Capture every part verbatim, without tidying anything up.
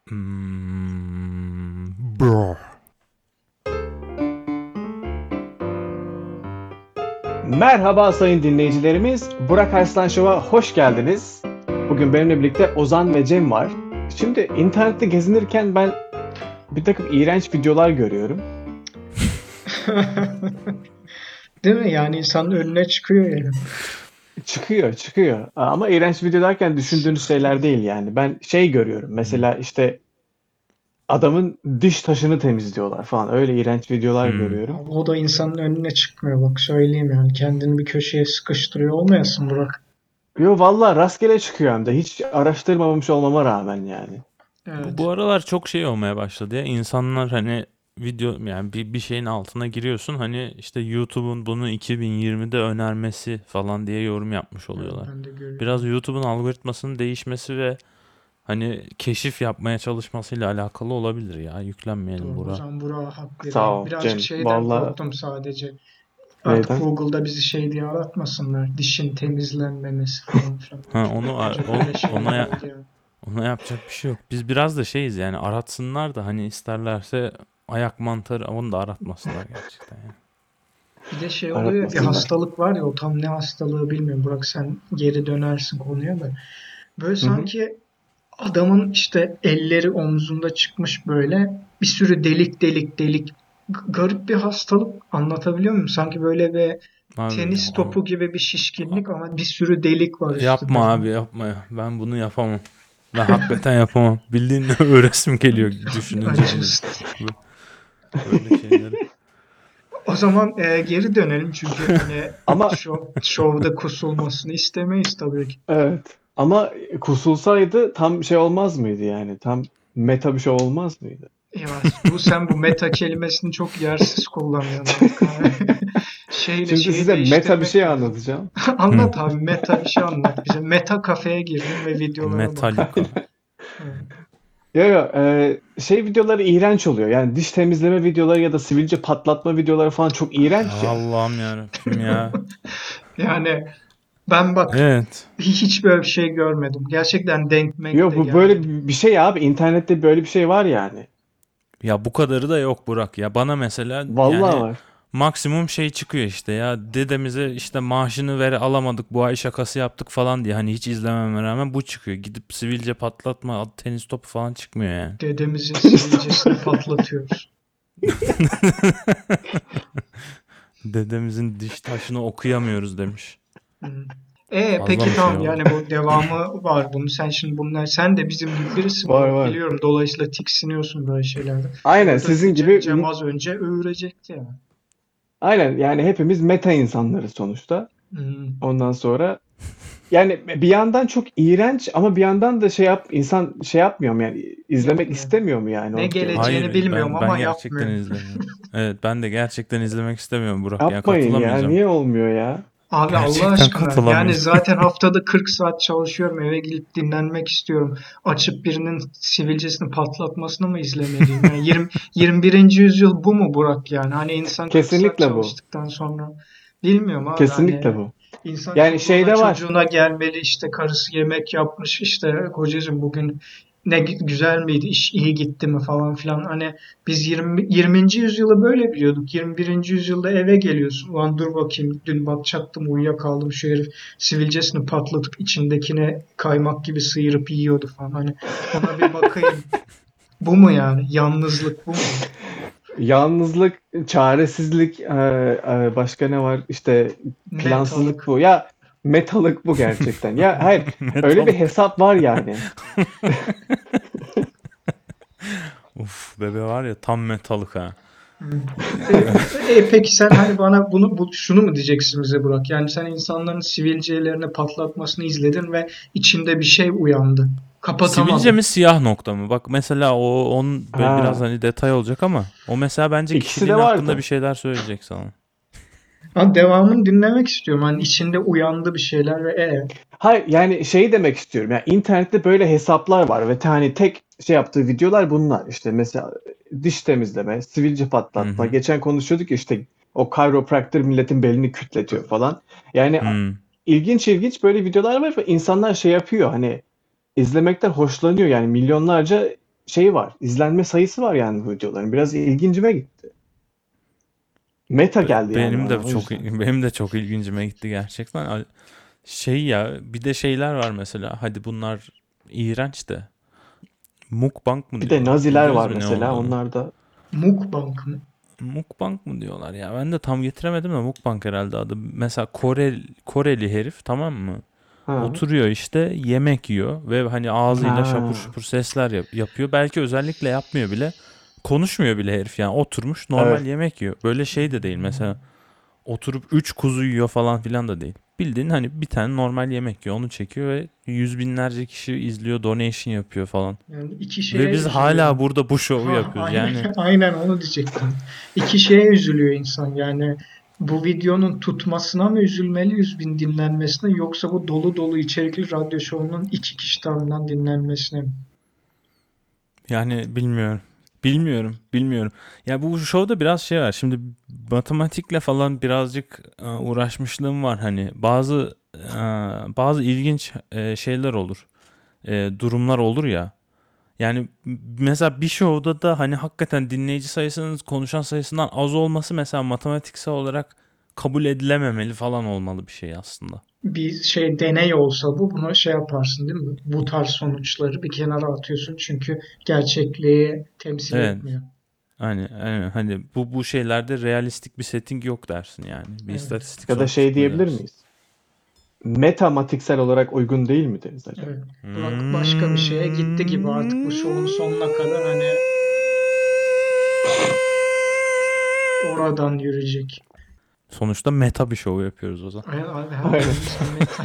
Hmm, bro. Merhaba sayın dinleyicilerimiz. Burak Arslan Show'a hoş geldiniz. Bugün benimle birlikte Ozan ve Cem var. Şimdi internette gezinirken ben bir takım iğrenç videolar görüyorum. Değil mi? Yani insanın önüne çıkıyor yani. Çıkıyor, çıkıyor. Ama iğrenç video derken düşündüğünüz şeyler değil yani. Ben şey görüyorum. Hmm, Mesela işte adamın diş taşını temizliyorlar falan. Öyle iğrenç videolar hmm. görüyorum. Abi o da insanın önüne çıkmıyor, bak söyleyeyim yani. Kendini bir köşeye sıkıştırıyor olmayasın Burak. Yo vallahi rastgele çıkıyor hem de. Hiç araştırmamış olmama rağmen yani. Bu, bu Evet. aralar çok şey olmaya başladı ya. İnsanlar hani video yani bir, bir şeyin altına giriyorsun. Hani işte YouTube'un bunu iki bin yirmide önermesi falan diye yorum yapmış Evet, oluyorlar. ben de Biraz görüyorum. YouTube'un algoritmasının değişmesi ve hani keşif yapmaya çalışmasıyla alakalı olabilir ya. Yüklenmeyelim Doğru. O bura. zaman Burak'a hak Sağ veriyorum. ol Birazcık Cem. şeyden Vallahi korktum sadece. Artık neyden? Google'da bizi şey diye aratmasınlar. Dişin temizlenmemesi falan filan. Ha Çok, onu çok o, öyle şeyler ona ya, oldu yani. ona yapacak bir şey yok. Biz biraz da şeyiz yani aratsınlar da hani isterlerse ayak mantarı onu da aratmasınlar gerçekten ya. Bir de şey oluyor ya, bir Aratmasınlar. hastalık var ya, o tam ne hastalığı bilmiyorum. Burak sen geri dönersin konuya da. Böyle Hı hı. sanki adamın işte elleri omzunda çıkmış, böyle bir sürü delik delik delik. G- Garip bir hastalık, anlatabiliyor muyum? Sanki böyle bir Abi tenis o- topu gibi bir şişkinlik ama bir sürü delik var üstünde yapma abi falan. yapma ya. Ben bunu yapamam. Ben hakikaten yapamam. Bildiğin öğresim geliyor düşününce bile. Acımasız. Bö- Böyle şeyleri. O zaman e, geri dönelim çünkü hani Ama şov, şovda kusulmasını istemeyiz tabii ki. evet. Ama kusulsaydı tam şey olmaz mıydı yani? Tam meta bir şey olmaz mıydı? Ya bu sen bu meta kelimesini çok yersiz kullanıyorsun artık. Hani şeyle Şimdi şeyi size meta bir değiştirmek şey lazım. anlatacağım. Hı. Anlat abi, meta bir şey anlat bize. Meta kafeye girdim ve videolara bakıyorum. Metallica. Evet. Yo yo e, şey videoları iğrenç oluyor. Yani diş temizleme videoları ya da sivilce patlatma videoları falan çok iğrenç ya. Allah'ım yarabbim ya. Yani ben bak Evet. hiç böyle bir şey görmedim. Gerçekten denkmek Yo de bu böyle gelmedi. bir şey abi. İnternette böyle bir şey var yani. Ya bu kadarı da yok Burak ya. Bana mesela Vallahi yani var. maksimum şey çıkıyor işte ya dedemize işte maaşını ver alamadık bu ay şakası yaptık falan diye hani hiç izlememe rağmen bu çıkıyor. Gidip sivilce patlatma tenis topu falan çıkmıyor yani. Dedemizin sivilcesini patlatıyoruz. Dedemizin diş taşını okuyamıyoruz demiş. Hmm. E Fazla peki mı şey tamam, oldu? yani bu devamı var bunun. Sen şimdi bunlar, sen de bizim gibi birisin Var Burak, var. biliyorum. Dolayısıyla tiksiniyorsun böyle şeylerden. Aynen Orada sizin Ce- gibi Cem az önce övürecekti yani. aynen yani hepimiz meta insanları sonuçta. Hmm. Ondan sonra yani bir yandan çok iğrenç ama bir yandan da şey yap insan şey yapmıyor mu yani izlemek Yapmıyor. istemiyor mu yani Ne o videoları? geleceğini Hayır bilmiyorum ben ben ama gerçekten yapmıyor. izlemiyorum. Evet ben de gerçekten izlemek istemiyorum Burak ya Yapmayın ya katılamayacağım. niye olmuyor ya? Abi Allah Gerçekten aşkına, yani katılamayacağım. zaten haftada kırk saat çalışıyorum, eve gelip dinlenmek istiyorum. Açıp birinin sivilcesini patlatmasını mı izlemeliyim? Yani yirmi, yirmi birinci yüzyıl bu mu Burak yani? Hani insan kırk saat Kesinlikle bu. çalıştıktan sonra, bilmiyorum abi, Kesinlikle hani bu. insan Yani çoluğuna şeyde var. çocuğuna gelmeli, işte karısı yemek yapmış, işte kocacığım bugün ne gü- güzel miydi, iş iyi gitti mi falan filan. Hani biz yirmi, yirminci yüzyılı böyle biliyorduk. yirmi birinci yüzyılda eve geliyorsun. Ulan dur bakayım, dün bakacaktım uyuyakaldım, şu herif sivilcesini patlatıp içindekine kaymak gibi sıyırıp yiyordu falan. Hani ona bir bakayım. Bu mu yani? Yalnızlık bu mu? Yalnızlık, çaresizlik, e, e, başka ne var? İşte plansızlık Metalık. bu. Ya metalık bu gerçekten. Ya hayır öyle bir Metalık. hesap var yani. Uf bebe var ya tam metalık ha. Hmm. E, e, peki sen hani bana bunu bu, şunu mu diyeceksin bize Burak? Yani sen insanların sivilcelerini patlatmasını izledin ve içinde bir şey uyandı. Sivilce Kapatamadın. mi siyah nokta mı? Bak mesela o onun böyle biraz Ha, hani detay olacak ama o mesela bence ikisi kişiliğin de hakkında bir vardı. şeyler söyleyecek sana. Ha, devamını dinlemek istiyorum. Hani içinde uyandı bir şeyler ve e Hayır yani şeyi demek istiyorum. Yani internette böyle hesaplar var ve hani tek şey yaptığı videolar bunlar. İşte mesela diş temizleme, sivilce Hı patlatma. hı. Geçen konuşuyorduk ya işte o chiropractor milletin belini kütletiyor falan. Yani Hmm. ilginç ilginç böyle videolar var ve insanlar şey yapıyor hani izlemekten hoşlanıyor yani milyonlarca şey var. İzlenme sayısı var yani bu videoların. Biraz ilgincime gitti. Meta Be- geldi yani Benim bana de o çok yüzden. benim de çok ilgincime gitti gerçekten. Al- Şey ya, bir de şeyler var mesela. Hadi bunlar iğrenç de. Mukbang mı Bir de diyorlar? Naziler Bildiniz var mi ne mesela. olduğunu? Onlar da Mukbang mı? Mukbang mı diyorlar ya? Ben de tam getiremedim de mukbang herhalde adı. Mesela Kore, Koreli herif, tamam mı? ha Oturuyor işte, yemek yiyor ve hani ağzıyla şapur ha şupur sesler yap- yapıyor. Belki özellikle yapmıyor bile. Konuşmuyor bile herif, yani oturmuş normal evet. yemek yiyor. Böyle şey de değil mesela, oturup üç kuzu yiyor falan filan da değil. Bildiğin hani bir tane normal yemek yiyor, onu çekiyor ve yüz binlerce kişi izliyor, donation yapıyor falan. Yani iki Ve şeye biz üzülüyor. hala burada bu şovu Ha, yapıyoruz. aynen, Yani aynen onu diyecektim. İki şeye üzülüyor insan. Yani bu videonun tutmasına mı üzülmeli, yüz bin dinlenmesine, yoksa bu dolu dolu içerikli radyo şovunun iki kişi tarafından dinlenmesine mi? yani bilmiyorum. Bilmiyorum, bilmiyorum. Ya bu şovda biraz şey var. Şimdi matematikle falan birazcık e, uğraşmışlığım var. Hani bazı e, bazı ilginç e, şeyler olur. E, durumlar olur ya. Yani m- mesela bir şovda da hani hakikaten dinleyici sayısının konuşan sayısından az olması mesela matematiksel olarak kabul edilememeli falan olmalı bir şey aslında. Bir şey deney olsa bu, buna şey yaparsın değil mi? Bu tarz sonuçları bir kenara atıyorsun çünkü gerçekliği temsil Evet. etmiyor. Hani, hani, hani bu bu şeylerde realistik bir setting yok dersin yani. Bir Evet, istatistik Ya da sonucu şey çıkmıyor diyebilir dersin. miyiz? Metamatiksel olarak uygun değil mi deriz acaba? evet. Burak başka bir şeye gitti gibi artık bu şovun sonuna kadar, hani oradan yürüyecek. Sonuçta meta bir show yapıyoruz o zaman. Ay- Abi her Aynen. bölümümüz bir meta.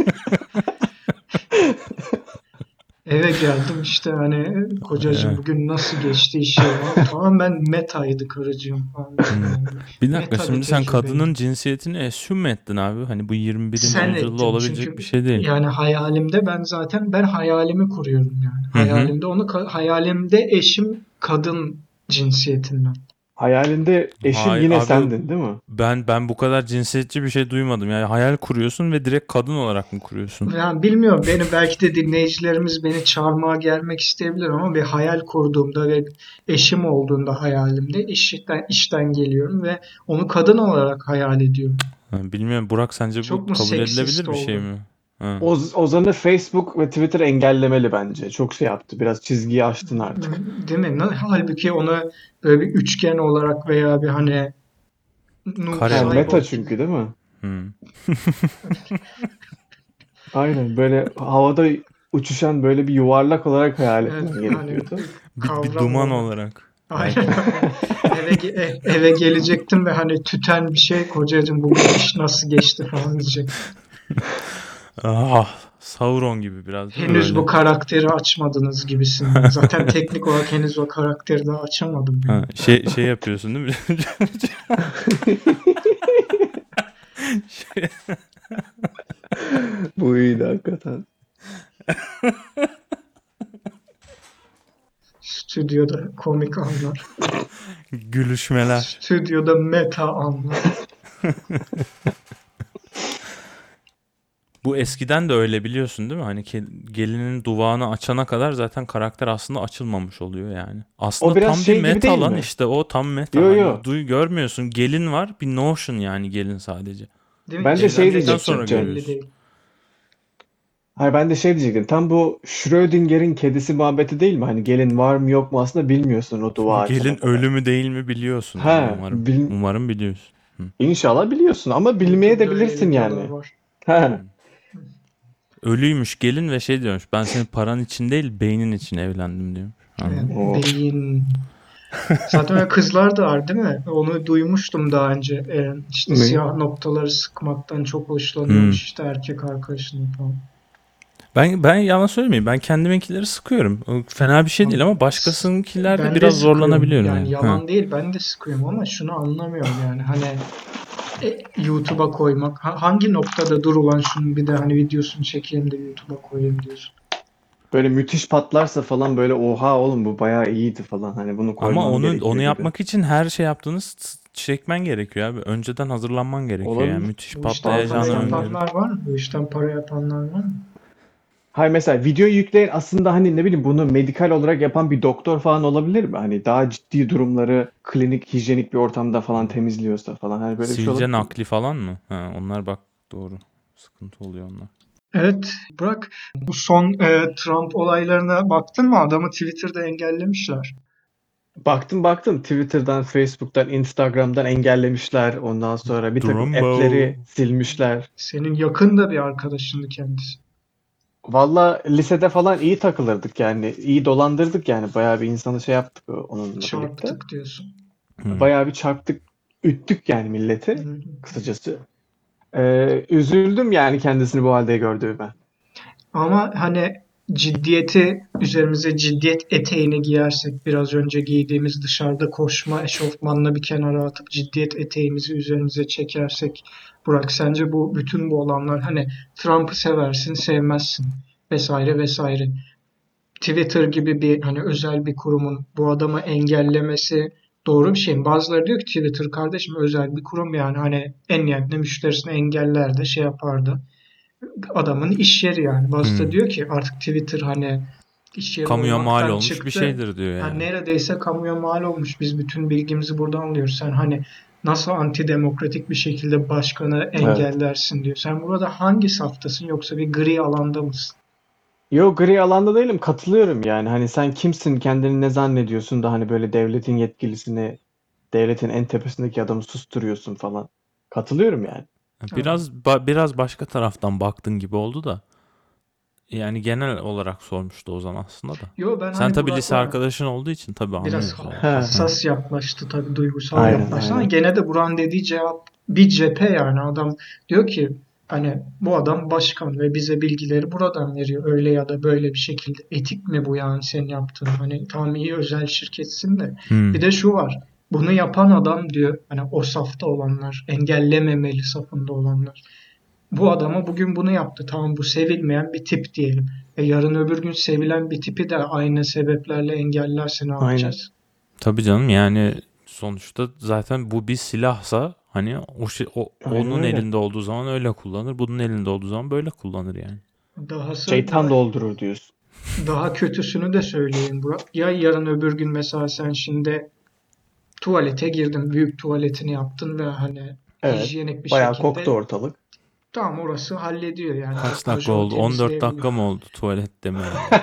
Eve geldim işte, hani kocacığım Evet. bugün nasıl geçti iş yeri falan. Tamam, ben metaydı karıcığım falan dedim Hmm. yani. Bir dakika, Meta bir şimdi sen tecrübeydi. kadının cinsiyetini assume mi ettin abi? Hani bu yirmi birinci Sen yüzyılda ettin olabilecek çünkü, bir şey değil. yani hayalimde ben zaten ben hayalimi kuruyorum yani. Hı hı. Hayalimde onu ka- hayalimde eşim kadın cinsiyetinden. Hayalinde eşin Hayır yine abi, sendin değil mi? ben ben bu kadar cinsiyetçi bir şey duymadım. Yani hayal kuruyorsun ve direkt kadın olarak mı kuruyorsun? Yani bilmiyorum, beni belki de dinleyicilerimiz beni çarmıha gelmek isteyebilir ama bir hayal kurduğumda ve eşim olduğunda hayalimde işten işten geliyorum ve onu kadın olarak hayal ediyorum. Ha, bilmiyorum Burak, sence bu Çok mu kabul edilebilir seksist bir şey oldu? mi? Ha. Oz, Ozan'ı Facebook ve Twitter engellemeli bence. Çok şey yaptı. Biraz çizgiyi aştın artık. Değil mi? Na- Halbuki onu böyle bir üçgen olarak veya bir hani Noob Kare Ha, olarak. meta Saibot gibi. çünkü değil mi? Hmm. Aynen, böyle havada uçuşan böyle bir yuvarlak olarak hayal Evet, etmen hani gerekiyordu. bir Bir, bir kavram duman olarak. olarak. Evet. Aynen, aynen. Eve, ge- e- eve gelecektim ve hani tüten bir şey, kocacığım bugün iş nasıl geçti falan diyecektim. Ah, Sauron gibi biraz değil mi Henüz bu böyle? karakteri açmadınız gibisinden. Zaten teknik olarak henüz o karakteri daha açamadım Ha, yani. şey şey yapıyorsun değil mi? Şey- Bu iyiydi hakikaten. Stüdyoda komik anlar. Gülüşmeler. Stüdyoda meta anlar. Bu eskiden de öyle, biliyorsun değil mi? Hani ke- gelinin duvağını açana kadar zaten karakter aslında açılmamış oluyor yani. O Aslında biraz tam bir şey gibi meta değil lan, mi? işte o tam meta. Yo Hani yo. duy görmüyorsun. Gelin var, bir notion yani gelin sadece. Değil mi? Ben de şey Evlendikten Evlendikten diyecektim sonra sonra Cem. belli görüyorsun. değil. Hayır, ben de şey diyecektim. Tam bu Schrödinger'in kedisi muhabbeti değil mi? Hani gelin var mı yok mu aslında bilmiyorsun o duvar açana Gelin kadar. ölü mü değil mi biliyorsun ama Ha, umarım. bil, Umarım biliyorsun. Hı. inşallah biliyorsun ama bilmeye de YouTube'da öyle bilirsin videolar yani. var. Ha. Hı. Ölüymüş gelin ve şey diyormuş. Ben senin paran için değil, beynin için evlendim diyormuş. Evet, Anladın mı? Oh. beyin. Zaten öyle kızlar da var değil mi? Onu duymuştum daha önce. Ee, işte Ne? siyah noktaları sıkmaktan çok Hmm. hoşlanıyormuş işte erkek arkadaşının falan. Ben ben yalan söylemeyeyim. Ben kendiminkileri sıkıyorum. O fena bir şey değil Ama ama s- başkasınkilerde ben de biraz sıkıyorum. zorlanabiliyorum Yani yani. Ha. yalan değil, ben de sıkıyorum ama şunu anlamıyorum yani. Hani e, YouTube'a koymak. Ha- hangi noktada dur ulan şunun bir de hani videosunu çekeyim de YouTube'a koyayım diyorsun. Böyle müthiş patlarsa falan böyle oha oğlum bu bayağı iyiydi falan. Hani bunu Ama koymam onu gerekiyor onu gibi. yapmak için her şey yaptığınız çekmen gerekiyor abi. Önceden hazırlanman gerekiyor yani. Olabilir. Müthiş Bu işten Bazı para patlayacağını insanlar. öngörüp. yapanlar var mı? Bu işten para yapanlar var mı? Hayır, mesela video yükleyen aslında hani ne bileyim bunu medikal olarak yapan bir doktor falan olabilir mi? Hani daha ciddi durumları klinik, hijyenik bir ortamda falan temizliyorsa falan. Hani böyle bir şey Sivilce olabilir mi? nakli falan mı? Ha, onlar bak doğru. Sıkıntı oluyor onlar. Evet, Burak, bu son e, Trump olaylarına baktın mı? Adamı Twitter'da engellemişler. Baktım baktım Twitter'dan, Facebook'tan, Instagram'dan engellemişler. Ondan sonra bir takım Drumbo. app'leri silmişler. Senin yakın da bir arkadaşındı kendisi. Valla lisede falan iyi takılırdık yani. İyi dolandırdık yani. Bayağı bir insanı şey yaptık onunla birlikte. Çarptık diyorsun. Hmm. Bayağı bir çarptık, üttük yani milleti Hı. kısacası. Ee, üzüldüm yani kendisini bu halde gördüğüme. Ama hani ciddiyeti üzerimize ciddiyet eteğini giyersek biraz önce giydiğimiz dışarıda koşma eşofmanla bir kenara atıp ciddiyet eteğimizi üzerimize çekersek Burak sence bu bütün bu olanlar hani Trump'ı seversin sevmezsin vesaire vesaire. Twitter gibi bir hani özel bir kurumun bu adamı engellemesi doğru bir şey mi? Bazıları diyor ki Twitter kardeşim özel bir kurum yani hani en nihayetinde müşterisini engeller de şey yapardı. Adamın iş yeri yani. Bazısı da Hmm. diyor ki artık Twitter hani iş yeri Kamuya mal olmaktan olmuş bir çıktı. şeydir diyor Yani yani. neredeyse kamuya mal olmuş. Biz bütün bilgimizi buradan alıyoruz. Sen hani nasıl antidemokratik bir şekilde başkanı Evet. engellersin diyor. Sen burada hangi saftasın yoksa bir gri alanda mısın? Yo, gri alanda değilim, katılıyorum yani. Hani sen kimsin, kendini ne zannediyorsun da hani böyle devletin yetkilisini, devletin en tepesindeki adamı susturuyorsun falan. Katılıyorum yani. Tamam. Biraz ba- biraz başka taraftan baktın gibi oldu da. Yani genel olarak sormuştu Ozan aslında da. Yo ben Sen hani tabii lise Burak'la arkadaşın olduğu için tabii biraz anlıyoruz yani. He, Ha. hassas yaklaştı tabii duygusal aynen yaklaştı ama aynen. gene de Burak'ın dediği cevap bir cephe yani adam diyor ki hani bu adam başkan ve bize bilgileri buradan veriyor öyle ya da böyle bir şekilde etik mi bu yani senin yaptığın hani tam iyi özel şirketsin de bir Hmm. de şu var bunu yapan adam diyor hani o safta olanlar engellememeli safında olanlar bu adama bugün bunu yaptı. Tamam bu sevilmeyen bir tip diyelim. E yarın öbür gün sevilen bir tipi de aynı sebeplerle engellerse ne Aynen. yapacağız? Tabii canım yani sonuçta zaten bu bir silahsa hani o şey, o, Aynen onun öyle. elinde olduğu zaman öyle kullanır. Bunun elinde olduğu zaman böyle kullanır yani. Dahası Şeytan daha doldurur diyorsun. daha kötüsünü de söyleyeyim Burak. Ya yarın öbür gün mesela sen şimdi tuvalete girdin, büyük tuvaletini yaptın ve hani Evet. hijyenik bir Bayağı koktu şekilde ortalık. tam orası hallediyor yani Kaç dakika deterjanla oldu? on dört temizleyebiliyor. dakika mı oldu tuvalet demeyeli?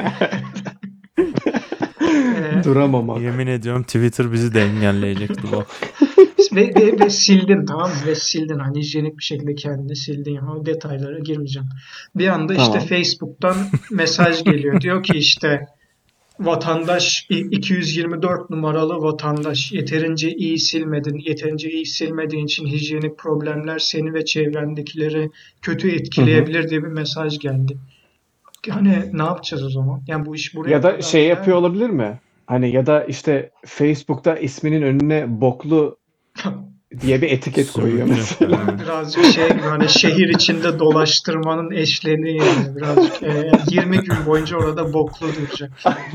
Ee, Duramamak. Yemin ediyorum Twitter bizi de engelleyecekti bak. ve, ve, ve sildin tamam mı? Ve sildin hani hijyenik bir şekilde kendini sildin. Yani o detaylara girmeyeceğim. Bir anda işte Tamam. Facebook'tan mesaj geliyor. Diyor ki işte vatandaş iki yüz yirmi dört numaralı vatandaş yeterince iyi silmedin. Yeterince iyi silmediğin için hijyenik problemler seni ve çevrendekileri kötü Hı hı. etkileyebilir diye bir mesaj geldi. Hani ne yapacağız o zaman? Yani bu iş buraya Ya da kadar şey gider yapıyor mi? olabilir mi? Hani ya da işte Facebook'ta isminin önüne boklu diye bir etiket koyuyor Sümüklü. mesela. Ha. Birazcık şey gibi hani şehir içinde dolaştırmanın eşleniği yani birazcık e, yirmi gün boyunca orada boklu duracak yani.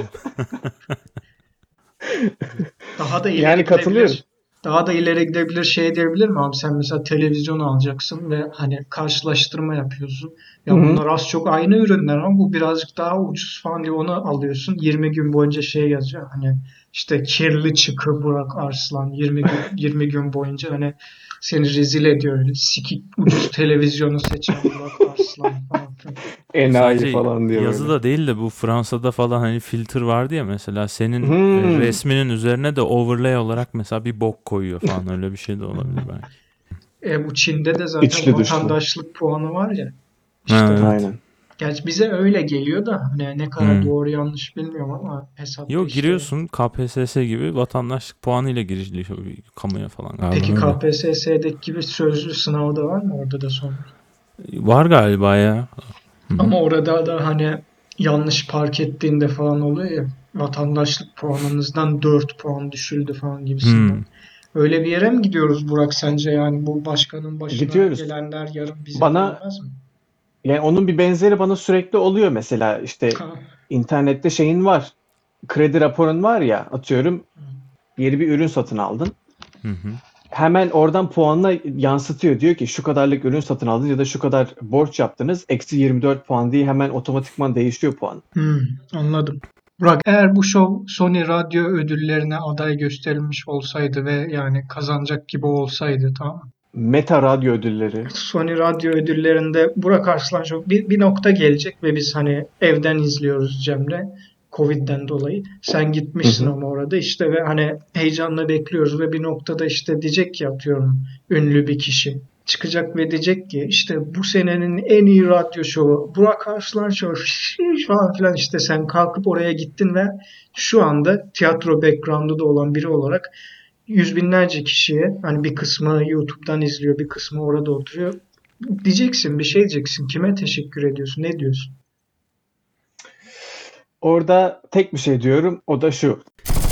Daha da ileri Yani katılıyorum. gidebilir. Daha da ileri gidebilir şey diyebilir mi abi sen mesela televizyon alacaksın ve hani karşılaştırma yapıyorsun. Hı Ya hı. bunlar az çok aynı ürünler ama bu birazcık daha ucuz falan diye onu alıyorsun. yirmi gün boyunca şey yazıyor hani işte kirli çıkı Burak Arslan yirmi gün yirmi gün boyunca hani seni rezil ediyor öyle. Sikik ucuz televizyonu seçen Burak Arslan falan filan. Bu Enayi sadece falan diye böyle. yazıda değil de bu Fransa'da falan hani filtre vardı ya mesela senin e, Hmm. resminin üzerine de overlay olarak mesela bir bok koyuyor falan öyle bir şey de olabilir belki. E bu Çin'de de zaten İçli dışlı. vatandaşlık puanı var ya. Ha, İşte evet. Aynen. gerçi bize öyle geliyor da hani ne kadar Hmm. doğru yanlış bilmiyorum ama hesapta Yok işte. giriyorsun K P S S gibi vatandaşlık puanıyla giriliyor kamuya falan galiba Peki öyle. K P S S'deki gibi sözlü sınavı da var mı orada da soru? Var galiba ya. Hı hı. Ama orada da hani yanlış park ettiğinde falan oluyor ya vatandaşlık puanınızdan dört puan düşüldü falan gibisinden. Hmm. Öyle bir yere mi gidiyoruz Burak sence yani bu başkanın başına Gidiyoruz. gelenler yarın bize de Bana gelmez mi? yani onun bir benzeri bana sürekli oluyor mesela işte Ha, internette şeyin var. Kredi raporun var ya, atıyorum yeni bir ürün satın aldın. Hı hı. hemen oradan puanla yansıtıyor. Diyor ki şu kadarlık ürün satın aldınız ya da şu kadar borç yaptınız. Eksi yirmi dört puan diye hemen otomatikman değişiyor puan. Hmm, anladım. Burak, eğer bu show Sony Radyo ödüllerine aday gösterilmiş olsaydı ve yani kazanacak gibi olsaydı, tamam mı? Meta Radyo ödülleri. Sony Radyo ödüllerinde Burak Arslan Show bir, bir nokta gelecek ve biz hani evden izliyoruz Cem'le. Covid'den dolayı. Sen gitmişsin Hı hı. ama orada işte ve hani heyecanla bekliyoruz ve bir noktada işte diyecek ki, atıyorum, ünlü bir kişi çıkacak ve diyecek ki işte bu senenin en iyi radyo şovu Burak Arslan Show falan filan, işte sen kalkıp oraya gittin ve şu anda tiyatro background'u da olan biri olarak yüz binlerce kişiye, hani bir kısmı YouTube'dan izliyor, bir kısmı orada oturuyor. Diyeceksin, bir şey diyeceksin. Kime teşekkür ediyorsun? Ne diyorsun? Orada tek bir şey diyorum. O da şu.